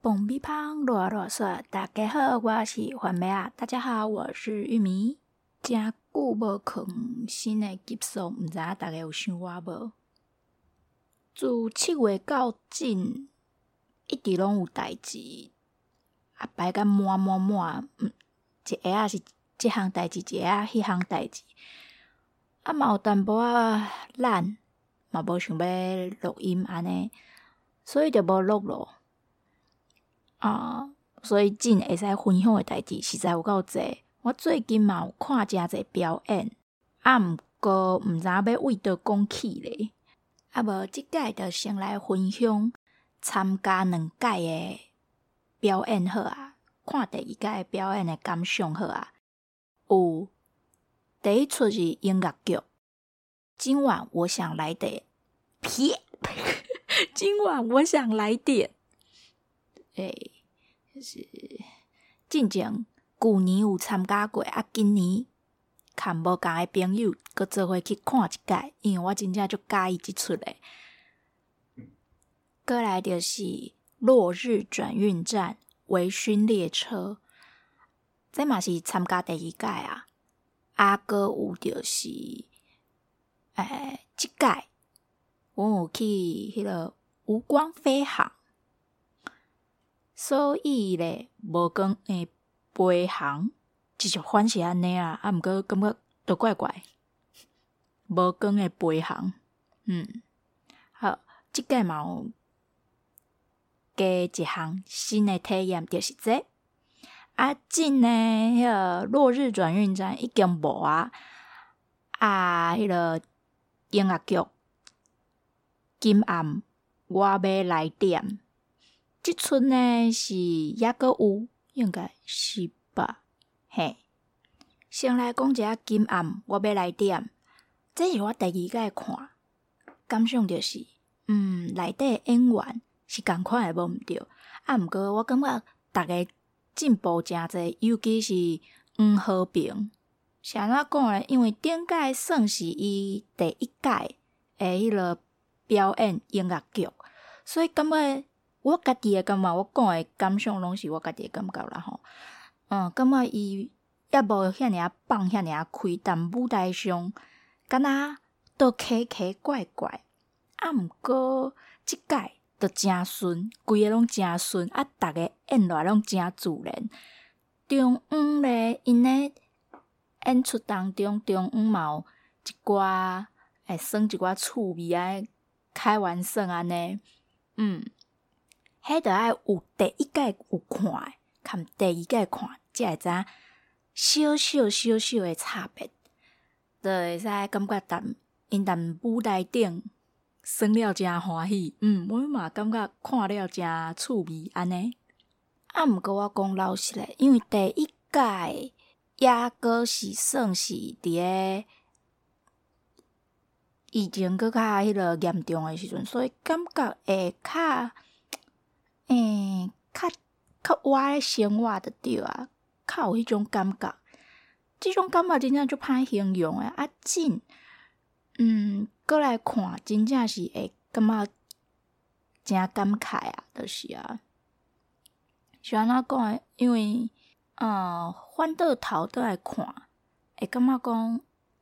蹦比胖啰啰嗦，大家好，我是番妹啊。大家好，我是玉米。真久无看新的集数，毋知影大家有想我无？自7月到近，一直拢有代志，排甲满，一下啊是即项代志，一下迄项代志，嘛有淡薄仔懒，嘛无想要录音安尼，所以就无录咯。所以真会使分享的代志实在有够济。我最近嘛有看诚济表演，毋过毋知要为倒讲起咧。无即届就先来分享参加2届的表演好啊，看第2届表演的感想好啊。有第一出是音乐剧，今晚我想来点今晚我想来点就是之前旧年有参加过，今年看无共的朋友搁做伙去看一届，因为我真正足喜意即出的。过来就是《落日转运站》微醺列车，这嘛是参加第2届啊。搁有就是即届阮有去迄个无光飞航。所以咧，无光诶飞航，其实反是安尼啊，毋过感觉都怪怪。无光诶飞航，好，即届嘛有加一项新诶体验，就是这。近诶迄个落日转运站已经无啊，迄个音乐剧今暗我要来点。即出呢是抑阁有，应该是吧？嘿，先来讲一下今暗我要来点，这是我第2届看，感想就是，内底演员是共款的无毋对，毋过我感觉逐个进步诚济，尤其是黄豪平，是安怎讲呢？因为顶届算是伊第1届诶迄个表演音乐剧，所以感觉。我家己的感觉，我讲的感想拢是我家己的感觉啦吼。感觉伊也无遐尔放遐尔开，但舞台上敢若都奇奇怪怪。毋过即届都诚顺，规个拢诚顺，逐个演落拢诚自然。中央咧，因咧演出当中，中央嘛有一寡耍一寡趣味开玩笑安尼，迄着爱有第1届有看的，含第2届看，才会知影小小的差别，就会使感觉因舞台顶耍了诚欢喜。我嘛感觉看了诚趣味安尼。毋过我讲老实咧，因为第1届抑阁是算是伫个疫情搁较迄个严重的时阵，所以感觉会较活咧生活就对啊，较有迄种感觉。即种感觉真正足歹形容诶。真，过来看，真正是会感觉诚感慨啊，就是啊。是安怎讲诶？因为反倒头倒来看，会感觉讲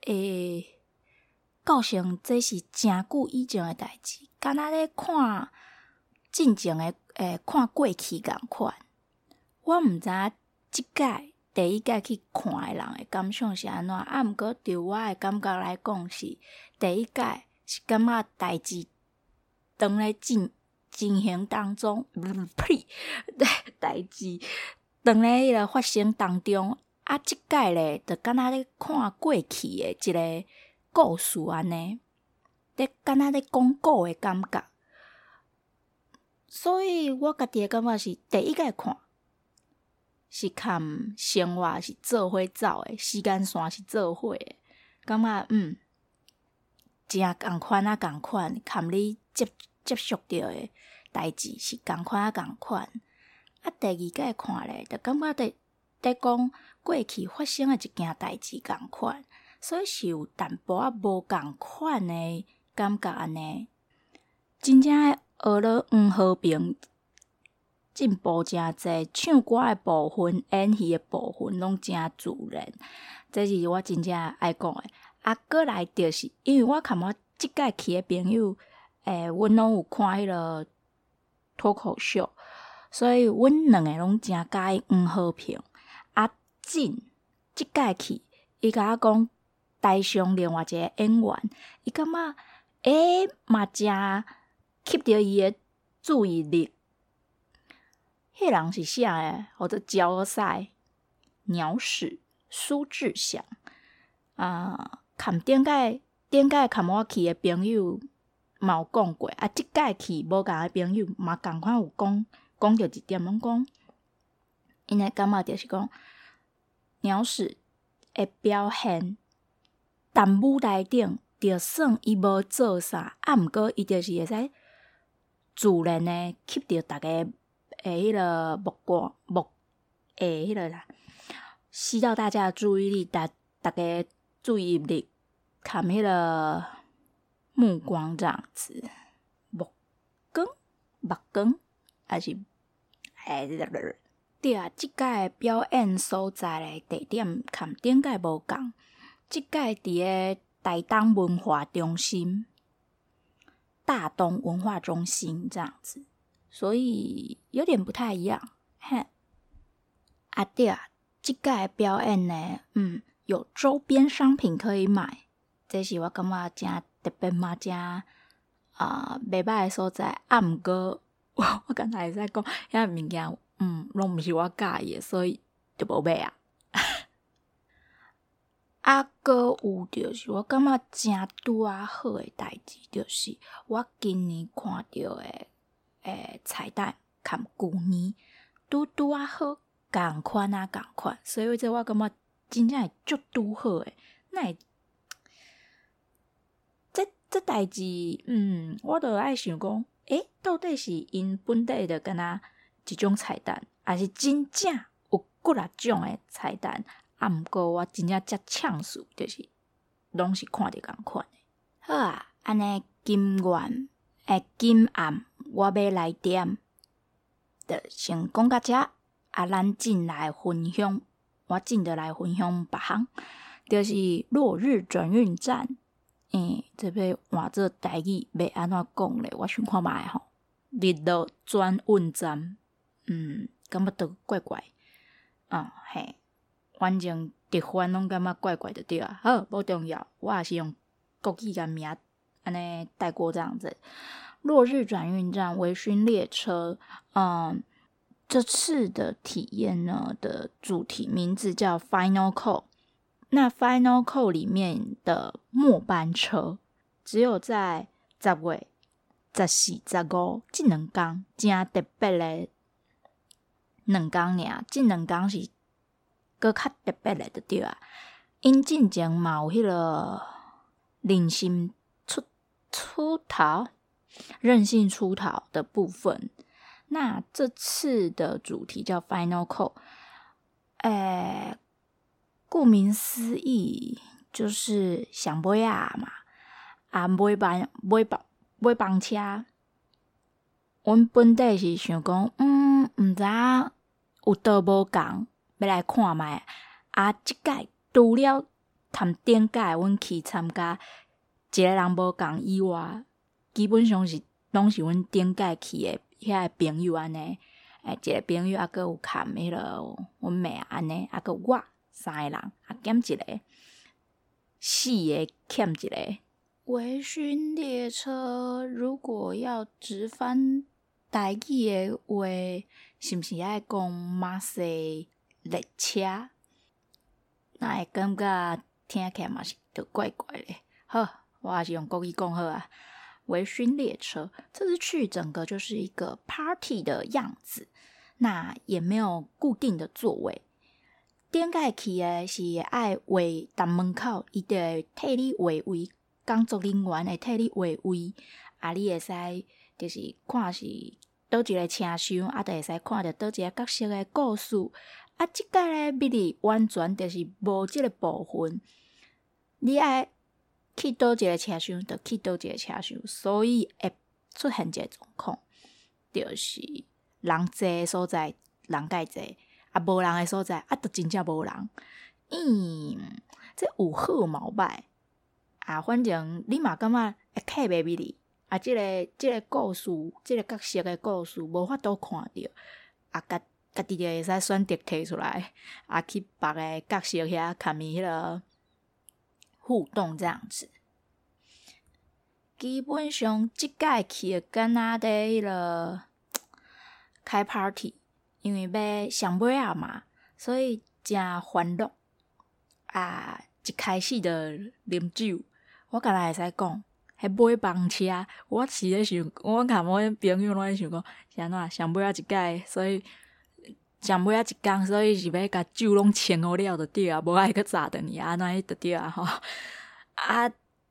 构成这是诚久以前诶代志，敢若咧看进前诶看过去共款。我毋知影即届第1届去看诶人诶感想是安怎，毋过就我诶感觉来讲是第1届是感觉代志当咧进行当中，代志当咧迄个发生当中，即届咧就敢若咧看过去诶一个故事安尼，敢若咧讲古诶感觉。所以我家己诶感觉是第1届看是含生活是做伙走诶，时间线是做伙诶，感觉诚共款共款，含你接触到诶代志是共款共款。第2届看咧，就感觉伫讲过去发生诶一件代志共款，所以是有淡薄仔无共款诶感觉安尼。真正诶学了黄豪平进步真侪，唱歌诶部分、演戏诶部分拢真自然，这是我真正爱讲诶。过来就是因为我看我即届去诶朋友，阮拢有看迄个脱口秀，所以阮两个拢真喜黄好评。进即届去，伊甲我讲台上另外一个演员，伊感觉嘛真吸着伊诶注意力。迄人是啥诶？或者交赛鸟屎苏志祥看顶届看我去诶朋友嘛有讲过，即届去无共诶朋友嘛共款有讲着一点，拢讲因诶感觉就是讲。鸟屎会表现，但舞台顶就算伊无做啥，毋过伊就是会使自然的吸着大家诶迄个迄个啦，吸到大家的注意力，大家注意力，看迄个目光这样子，目光还是对啊，即届表演所在的地点，跟顶届无共。即届伫个台东文化中心、大东文化中心这样子，所以有点不太一样。对啊，即届表演呢，有周边商品可以买，这是我感觉真特别嘛，真袂歹的所在。毋过我刚才会使讲遐物件。拢毋是我喜意的，所以就无买啊。搁有就是我感觉真拄好的代志，就是我今年看到的彩蛋，含旧年拄好共款，所以这我感觉真正会足拄好的。那会这代志，我就爱想讲，到底是因本地的敢若一种彩蛋，还是真正有几啊种的彩蛋？毋过我真正遮呛死，就是拢是看着共款的。好啊，安尼今暗我要来点，就先讲到遮。咱进来分享，我进得来分享别项，就是落日转运站。这要换做台语要安怎讲咧？我想看觅吼，日落转运站。感觉都怪怪，反正直翻拢感觉怪怪的对啊。好，无重要，我也是用国语的名安尼带过这样子。落日转运站微醺列车，这次的体验呢的主题名字叫 Final Call。那 Final Call 里面的末班车，只有在10月、14、15这2天真特别的。2天尔，这2天是搁较特别的就对啊。因进前嘛有迄个任性出逃的部分。那这次的主题叫 Final Call， 顾名思义就是上尾嘛，尾班车。阮本地是想讲，毋知影有倒无共，要来看觅。即届除了含顶届阮去参加一个人无共以外，基本上是拢是阮顶届去的遐个朋友安尼。一个朋友搁有含迄个阮妹安尼，搁我3个人，减一个4个欠一个。微醺列车如果要直翻台语的话，是毋是爱讲马西列车？那会感觉听起来嘛是就怪怪的。好，我还是用国语讲好啊。微醺列车这次去整个就是一个 party 的样子，那也没有固定的座位。顶届去的是爱画站门口，伊就会替你画位，工作人员会替你画位，你会使就是看是倒一个车厢，就会使看到倒一个角色的故事。即届咧，秘密完全就是无即个部分，你爱去倒一个车厢，就去倒一个车厢，所以会出现一个状况，就是人济诶所在人介济，啊无人诶所在就真正无人。这有好嘛有歹啊，反正你嘛感觉会客袂美丽啊，即个故事，即个角色诶故事无法度看着啊，家己就会使选择摕出来啊，去别个角色遐甲伊迄个互动这样子。基本上即届去敢若伫迄个开 party， 因为要上尾仔嘛，所以诚欢乐啊！一开始就啉酒，我敢若会使讲，迄尾房车，我是咧想，我甲我朋友拢咧想讲，是安怎上尾仔一届，所以上尾仔一工，所以是要甲酒拢清好了就对啊，无爱去炸断去，安怎就对啊吼啊！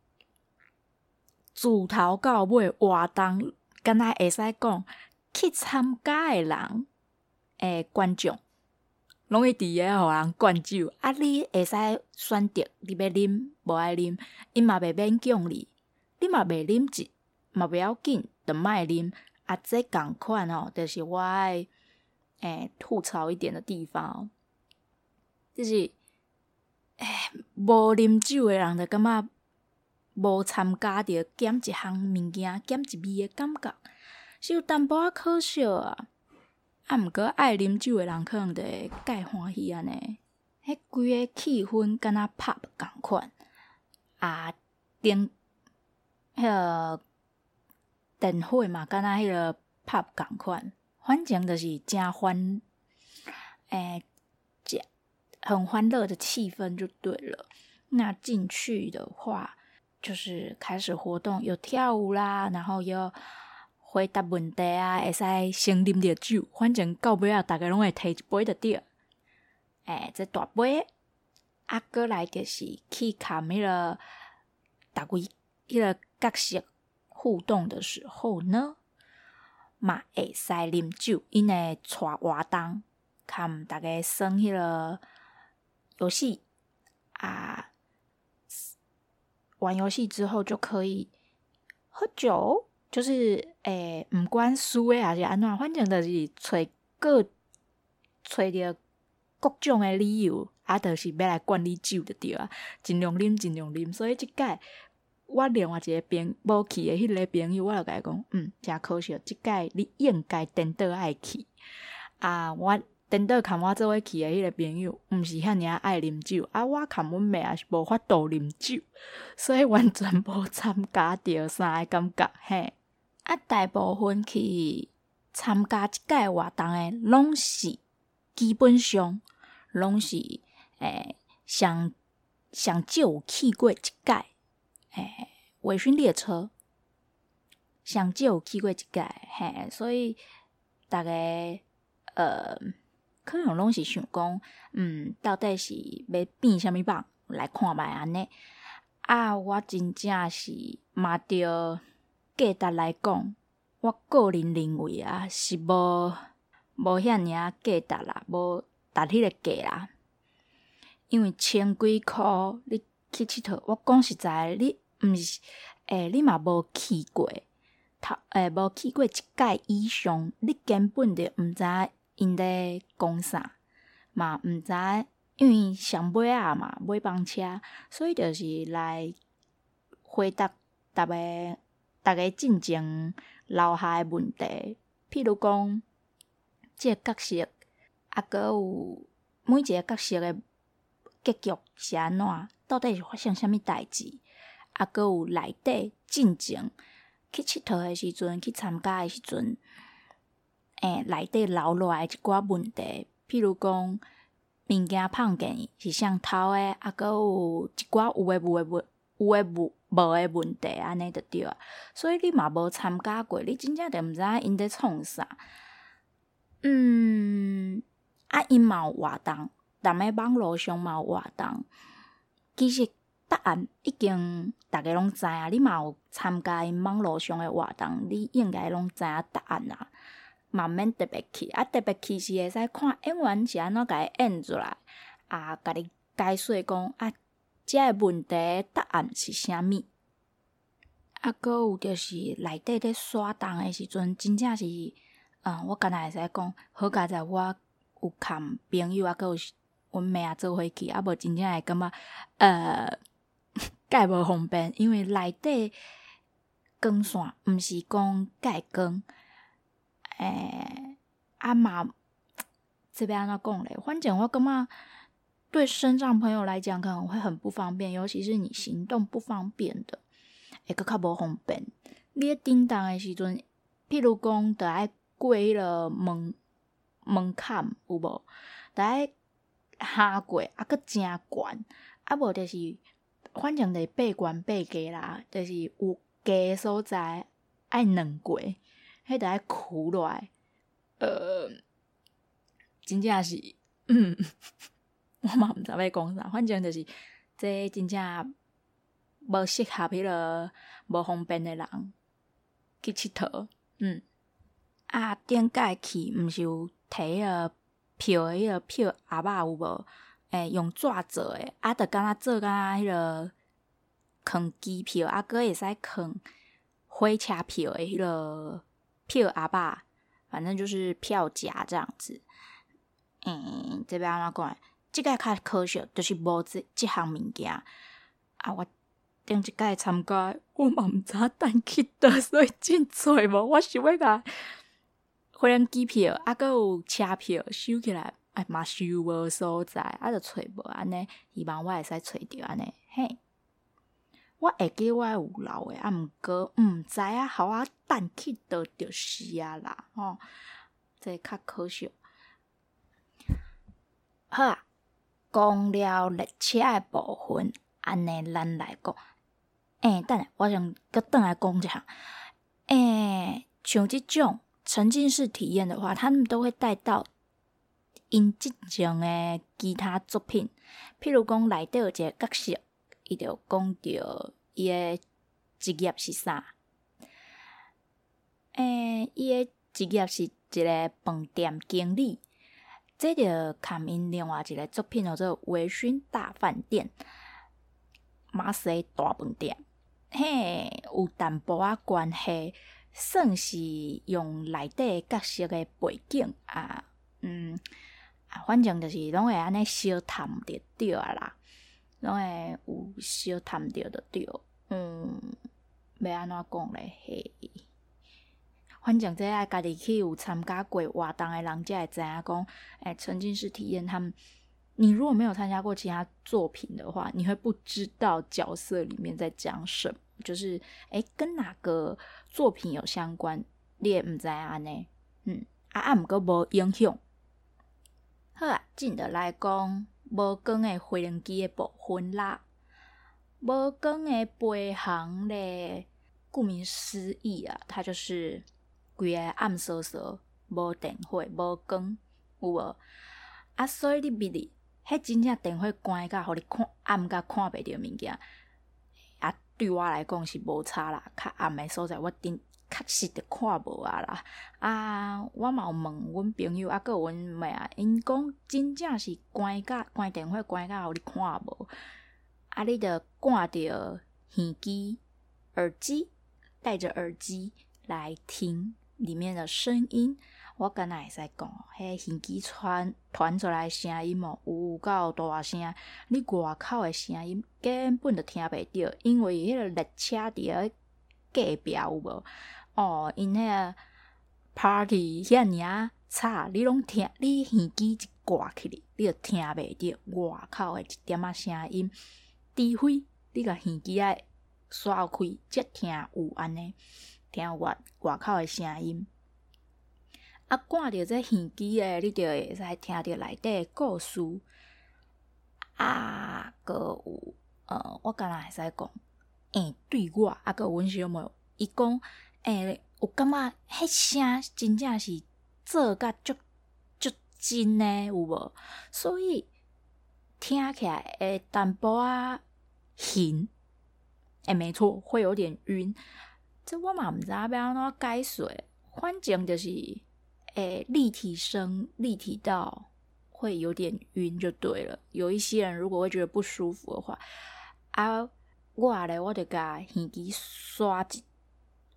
自头到尾活动，敢若会使讲去参加诶人观众，拢会伫个互人灌酒啊！你会使选择你要啉无爱啉，因嘛袂勉强你，你嘛袂啉嘛袂要紧，就莫啉啊！这共款吼，就是我爱吐槽一点的地方，就是无啉酒诶人就感觉无参加着减一项物件，减一味诶感觉，是有淡薄仔可惜啊！啊，毋过爱啉酒诶人可能就会介欢喜安尼，迄规个气氛敢若pub共款啊，迄个灯火嘛，敢若迄个pub共款，反正就是诚欢，很欢乐的气氛就对了。那进去的话，就是开始活动，有跳舞啦，然后有回答问题啊，会使先啉着酒，反正到尾啊，大家拢会摕一杯就对。这大杯，啊，过来就是去看迄个逐位迄个角色互动的时候呢，嘛会使啉酒，因会带活动，看大家耍迄个游戏啊。玩游戏之后就可以喝酒，就是毋管输诶还是安怎，反正就是找着各种诶理由，啊，就是要来灌你酒就对啊，尽量啉尽量啉。所以即届我另外一个无去诶迄个朋友，我就甲伊讲，诚可惜，即届你应该颠倒爱去啊！我颠倒含我做伙去诶迄个朋友，毋是遐尔爱啉酒，啊，我含阮妹也是无法度啉酒，所以完全无参加着啥个感觉嘿。啊，大部分去参加即届活动诶，拢是基本上拢是上少有去过一届微醺列车，上少有去过一届嘿，所以大家可能拢是想讲，到底是要变啥物网来看卖安尼？啊，我真正是嘛着价值来讲，我个人认为啊，是无遐尔价值啦，无值迄个价啦。因为千几箍你去佚佗，我讲实在，你毋是你嘛无去过，无去过一届以上，你根本就毋知因咧讲啥，嘛毋知，因为上尾仔嘛，尾班车，所以就是来回答逐个进前留下诶问题，譬如讲，即个角色，啊，阁有每一个角色诶结局是安怎？到底是发生啥物代志？啊，阁有内底进前去佚佗诶时阵，去参加诶时阵。内底留落来一寡问题，譬如讲物件碰见是谁偷诶，啊，阁有一寡有诶无诶问题，安尼就对啊。所以你嘛无参加过，你真正就毋知影因咧创啥。啊，因嘛有活动，踮咧网络上嘛有活动。其实答案已经大家拢知影，你嘛有参加因网络上诶活动，你应该拢知影答案啦。嘛免特别去，啊，特别去是会使看演员是安怎甲伊演出来，啊，甲你解说讲啊，即个问题答案是啥物？啊，阁有就是内底咧刷动诶时阵，真正是我敢若会使讲，好佳在我有牵朋友啊，佮有阮妹啊做伙去，啊无真正会感觉介无方便，因为内底光线毋是讲介光，嘛，这边要安怎讲咧？反正我感觉对身障朋友来讲可能会很不方便，尤其是你行动不方便的，会搁较无方便。你咧叮当的时阵，譬如讲，得爱过迄个门槛有无？得爱下过，啊，搁诚悬，啊无就是反正就是爬悬爬低啦，就是有低的所在爱软过，迄得爱跍落来，真正是，我嘛毋知要讲啥，反正就是这真正无适合迄个无方便的人去佚佗。顶届去毋是有摕迄个票的迄个票盒仔有无？用纸做的，啊，着敢若做敢若迄个藏机票，啊，搁会使藏火车票的迄个票盒仔，反正就是票夹这样子。这边安怎讲？即届较可惜，就是无即项物件。啊，我顶一届参加，我嘛毋知等去倒，所以真找无。我想要甲火轮机票，啊，搁有车票收起来，嘛收无所在，啊，着找无安尼，希望我会使找着安尼。嘿，我会记我有留诶，啊，毋过毋知影互我等去倒就是啊啦，吼，这较可惜。好啊，讲了列车诶部分，安尼咱来讲。等下，我想搁转来讲一下。像即种沉浸式体验的话，他们都会带到因之前诶其他作品，譬如讲内底有一个角色，伊就讲着伊诶职业是啥？伊诶职业是一个饭店经理。这就看因另外一个作品叫做《微醺大饭店》，马西大饭店，有淡薄仔关系，算是用内底角色的背景反正就是拢会安尼小探着着啦，拢会有小探着着着，要安怎讲咧？反正这爱家己去有参加过活动的人才会知影讲，沉浸式体验他们，你如果没有参加过其他作品的话，你会不知道角色里面在讲什么，就是跟哪个作品有相关，你也毋知影安尼，毋过无影响。好啊，进得来讲无光的飞轮机的部分啦，无光的飞航咧，顾名思义啊，它就是规个暗扫扫，无电火，无光，有无？啊，所以你密哩，迄真正电火关甲，互你看暗甲看袂着物件。啊，对我来讲是无差啦，较暗的所在，我确实着看无啊啦。我嘛有问阮朋友，搁有阮妹啊，因讲真正是关电火关甲，互你看无。啊，你着挂着耳机，戴着耳机来听里面的声音。我敢若会使讲，迄耳机传出来的声音有够大声，你外口的声音根本就听袂到，因为迄个列车伫隔壁有无？因迄个 party 遐尔吵，你拢听，你耳机一挂起哩，你就听袂到外口的一点仔声音，除非你甲耳机爱刷开，才听有安尼，听外口的声音。看着这耳机诶，你就会使听着内底的故事。搁有我敢若会使讲，对我搁有阮小妹，伊讲，有感觉迄声真正是做甲足真诶，有无？所以听起来会淡薄仔晕，没错，会有点晕。这我嘛毋知要安怎解说，反正就是立体声立体到会有点晕就对了。有一些人如果会觉得不舒服的话，我就甲耳机刷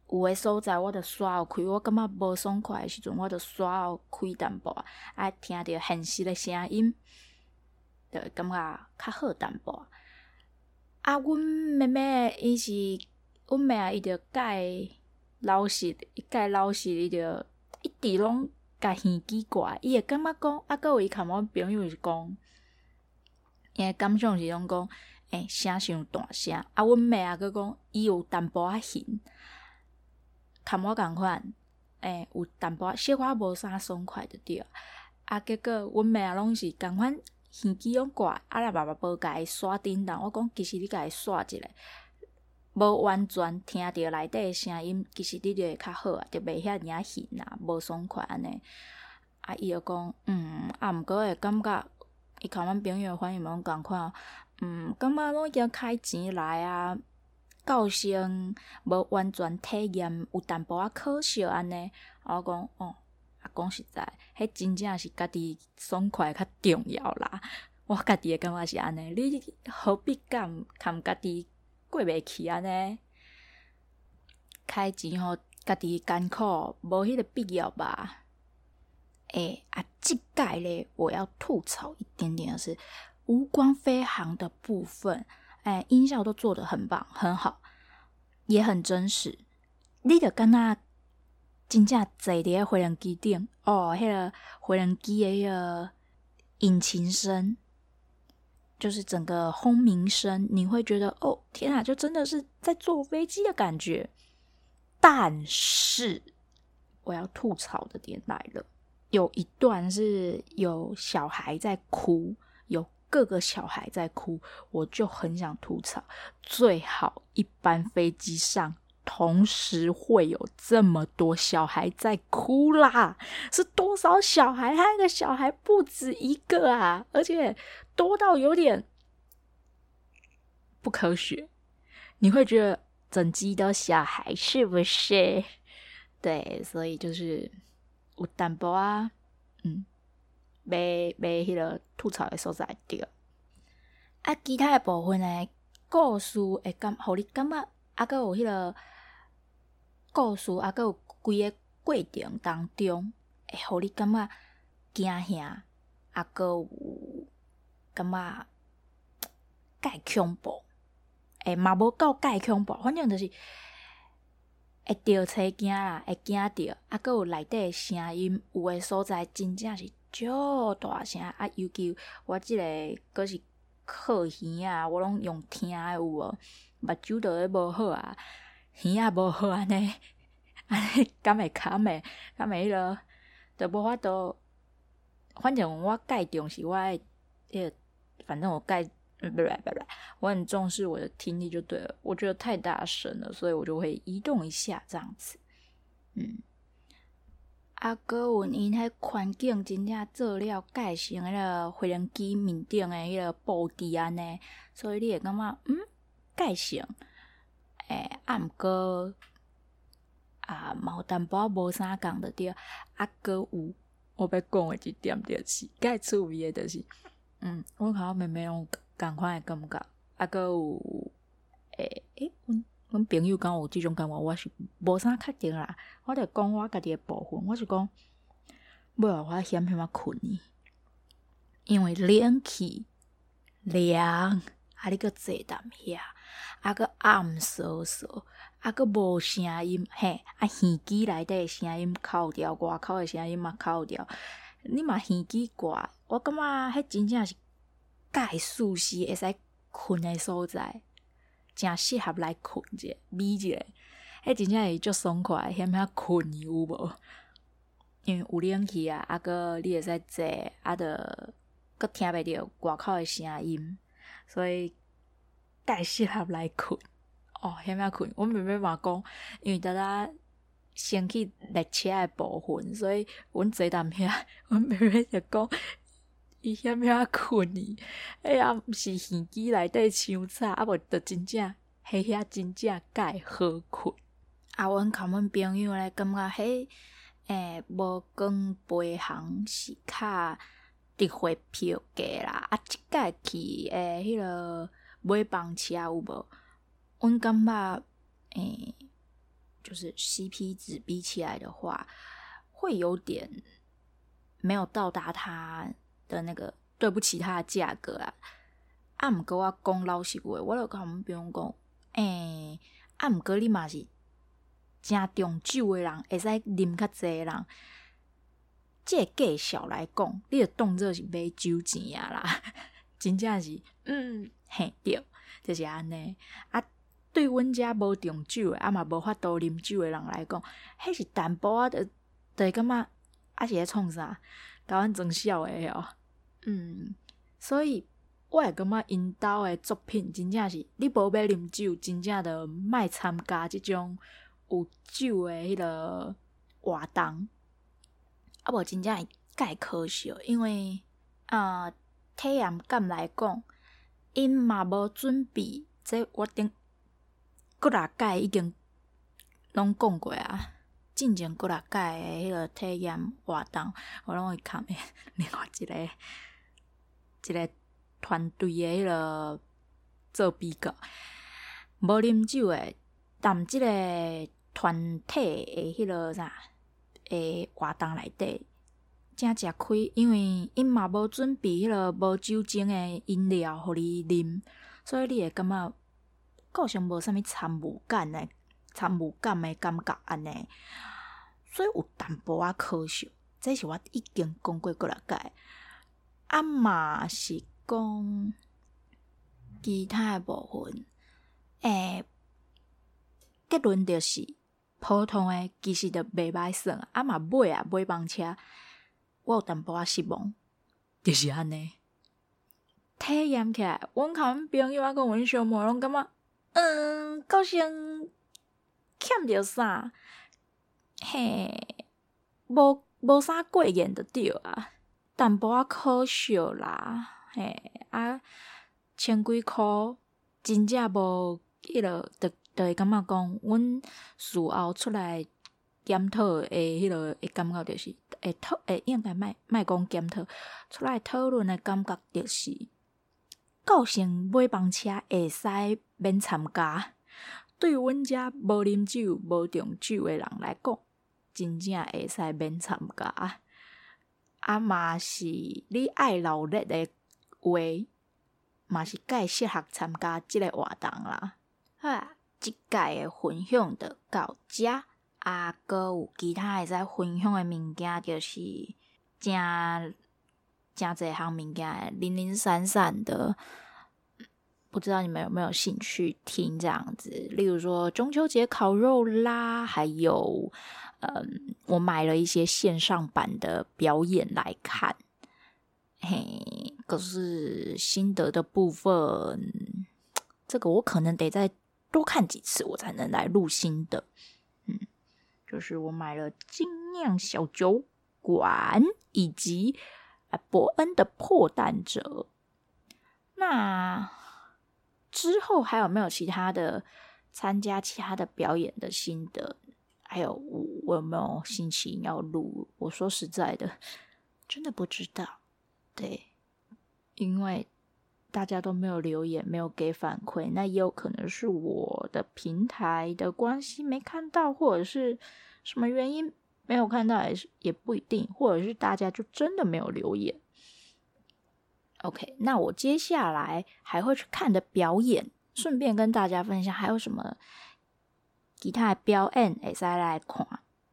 有诶所在我著刷有开，我感觉无爽快诶时阵，我著刷有开淡薄啊，听着现实诶声音，就会感觉较好淡薄。啊，阮妹妹伊是，阮妹啊，伊著介老实，伊著一直拢甲耳机挂，伊会感觉讲，啊，搁有伊含阮朋友是讲，伊诶感想是拢讲，声伤大声。啊，阮妹啊，搁讲伊有淡薄仔耳，含我共款，有淡薄仔小可无啥爽快着对。啊，结果阮妹啊，拢是共款。耳机拢挂，啊，若嘛无甲伊刷叮当。我讲，其实你甲伊刷一下，无完全听着内底诶声音，其实你就会较好啊，就袂遐尔耳啊，无爽快安尼。啊，伊就讲，啊，毋过会感觉，伊甲阮朋友反应拢共款，感觉拢已经开钱来啊，到时无完全体验，有淡薄仔可惜安尼。啊，我讲，讲实在，迄真正是家己爽快较重要啦。我家己诶感觉是安尼，你何必甘家己过袂去安尼？开钱互家己艰苦，无迄个必要吧？这届咧，我要吐槽一点点的是无光飞航的部分，音效都做得很棒，很好，也很真实。你著敢若真正坐伫咧飞轮机顶，迄个飞轮机的迄个引擎声，就是整个轰鸣声，你会觉得天啊，就真的是在坐飞机的感觉。但是我要吐槽的点来了，有一段是有小孩在哭，有各个小孩在哭，我就很想吐槽，最好一班飞机上同时会有这么多小孩在哭啦，是多少小孩？那个小孩不止一个啊，而且多到有点不科学。你会觉得整机都小孩是不是？对，所以就是有淡薄啊，被迄个吐槽的所在对。啊，其他的部分呢，故事会互你感觉，啊，搁有迄个故事，啊，搁有规个过程当中，会互你感觉惊吓，啊，搁有感觉介恐怖，嘛无够介恐怖，反正就是会着车惊啦，会惊着，啊，搁有内底的声音，有诶所在真正是足大声，啊，尤其我即个搁是靠耳啊，我拢用听诶有无？目睭都咧无好啊，耳啊无好安尼，敢会迄落，都无法度。反正我介重视我迄个，反正我我很重视我的听力就对了。我觉得太大声了，所以我就会移动一下这样子。啊，搁有因迄环境真正做了介成迄个飞轮机面顶的迄个布置安尼，所以你会感觉介成，啊毋过嘛有淡薄仔无啥共着对。啊，搁有我要讲的一点就是介趣味的，就是我看我妹妹拢共款的感觉，啊，搁有阮朋友敢有即种感觉，我是无啥确定啦。我著讲我家己的部分，我是讲，尾仔我险困去，因为冷气凉，啊，你搁坐淡遐，啊，搁暗飕飕，啊，搁无声音，耳机内底的声音扣掉，外口的声音嘛扣掉，你嘛耳机挂，我感觉迄真正是介舒适，会使困的所在。真适合来困者，眯一下，迄真正是足爽快，险困有无？因为有冷气啊，啊个你会使坐，啊着佮听袂着外口的声音，所以介适合来困。险困。我妹妹嘛讲，因为先去列车的部分，所以阮坐淡遐，阮妹妹就讲。伊险困去，毋是耳机内底伤吵，啊无就真正遐真正介好困。啊，阮甲阮朋友咧感觉无光飞航是较值回票价啦。啊，即届去迄个买房车有无？阮感觉就是 CP 值比起来的话，会有点没有到达它的那个对不起它的价格啊。啊，毋过我讲老实话，我就甲阮朋友讲，啊，毋过你嘛是真重酒的人，会使啉较济人。这个价小来讲，你就当作是买酒钱啊啦，真正是，嘿对，就是安尼。啊，对阮遮无重酒的，啊嘛无法度啉酒的人来讲，迄是淡薄仔就会感觉啊是咧创啥，甲阮装笑诶哦。所以我会感觉因兜诶作品真正是，你无要啉酒，真正就莫参加即种有酒诶迄个活动。啊无真正会介可惜，因为体验感来讲，因嘛无准备。这我顶几若届已经拢讲过啊，进前几若届诶迄个体验活动，我拢会看诶另外一个团队诶迄个做比较，无啉酒诶，但即个团体诶迄个啥？活动内底真食亏，因为因嘛无准备迄个无酒精诶饮料互你啉，所以你会感觉够像无啥物参与感诶感觉安尼，所以有淡薄仔可惜。这是我已经讲过几若届，啊嘛是讲其他诶部分，结论就是普通诶，其实就袂歹算啊。嘛买房车，我有淡薄仔失望，就是安尼。体验起来，阮甲阮朋友甲阮小妹拢感觉，够像欠着啥，无啥过瘾就对啊，淡薄仔可惜啦，千几箍，真正无迄落就会感觉讲，阮事后出来检讨诶，迄落会感觉就是应该莫讲检讨，出来讨论诶感觉就是构成买房车会使免参加。对阮遮无啉酒、无重酒诶人来讲，真正会使免参加。啊嘛是你爱闹热诶话，嘛是介适合参加即个活动啦。好啊，即届诶分享就到遮。啊，阁有其他会使分享诶物件，就是真侪项物件零零散散的，不知道你们有没有兴趣听这样子？例如说中秋节烤肉啦，还有我买了一些线上版的表演来看。可是心得的部分，这个我可能得再多看几次，我才能来录心得。就是我买了精酿小酒馆以及伯恩的破蛋者。那之后还有没有其他的参加其他的表演的心得？还有我有没有心情要录？我说实在的，真的不知道。对，因为大家都没有留言，没有给反馈，那也有可能是我的平台的关系没看到，或者是什么原因没有看到，也不一定，或者是大家就真的没有留言。OK， 那我接下来还会去看的表演，顺便跟大家分享还有什么其他的表演会使来看。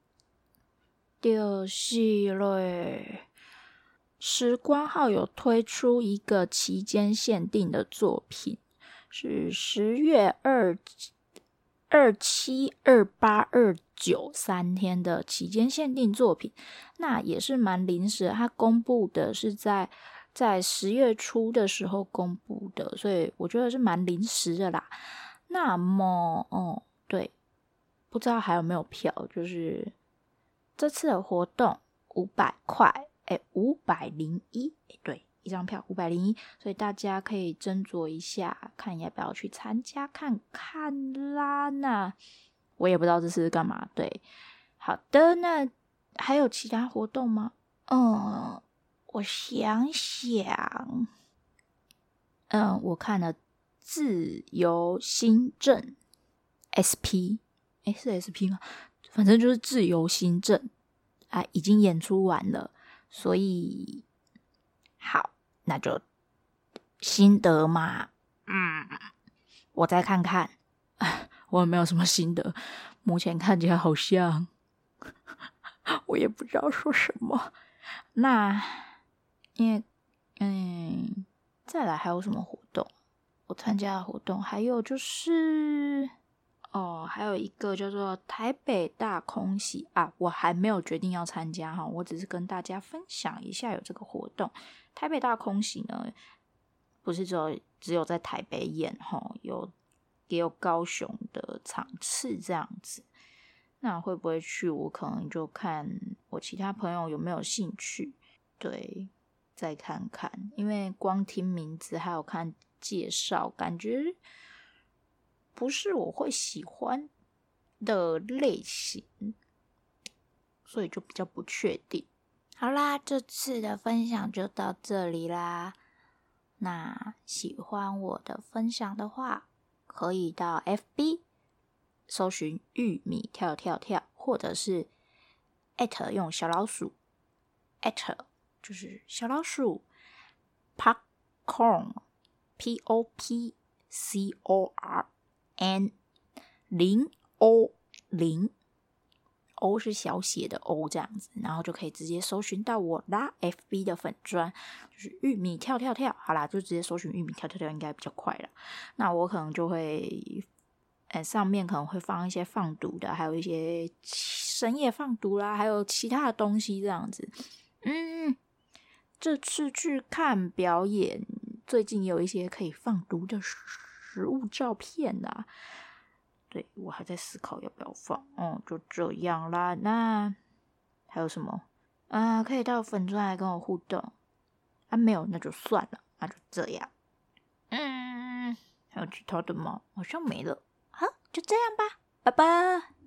就是咧，时光号有推出一个期间限定的作品，是10月27、28、29 3天的期间限定作品，那也是蛮临时的，它公布的是在10月初的时候公布的，所以我觉得是蛮临时的啦。那么，对，不知道还有没有票，就是这次的活动500块，501，对，一张票501，所以大家可以斟酌一下，看要不要去参加看看啦。那我也不知道这是干嘛，对，好的，那还有其他活动吗？我想想，我看了自由新政 SP， 是 SP 吗？反正就是自由新政啊，已经演出完了，所以好，那就心得嘛，我再看看。我也没有什么心得，目前看起来好像我也不知道说什么。那因为再来还有什么活动？我参加的活动还有就是还有一个叫做台北大空袭啊，我还没有决定要参加哈，我只是跟大家分享一下有这个活动。台北大空袭呢，不是只有在台北演哈，也有高雄的场次这样子。那会不会去？我可能就看我其他朋友有没有兴趣，对，再看看。因为光听名字还有看介绍，感觉不是我会喜欢的类型，所以就比较不确定。好啦，这次的分享就到这里啦。那喜欢我的分享的话，可以到 FB 搜寻玉米跳跳跳，或者是用小老鼠就是小老鼠 popcorn POPCORN 0O0 O 是小写的 O 这样子，然后就可以直接搜寻到我啦。FB 的粉专就是玉米跳跳跳，好啦，就直接搜寻玉米跳跳跳应该比较快啦。那我可能就会上面可能会放一些放毒的，还有一些深夜放毒啦，还有其他的东西这样子。这次去看表演，最近有一些可以放毒的食物照片啦。对，我还在思考要不要放。就这样啦。那还有什么？可以到粉专来跟我互动。没有那就算了，那就这样。还有其他的吗？好像没了。好，就这样吧，拜拜。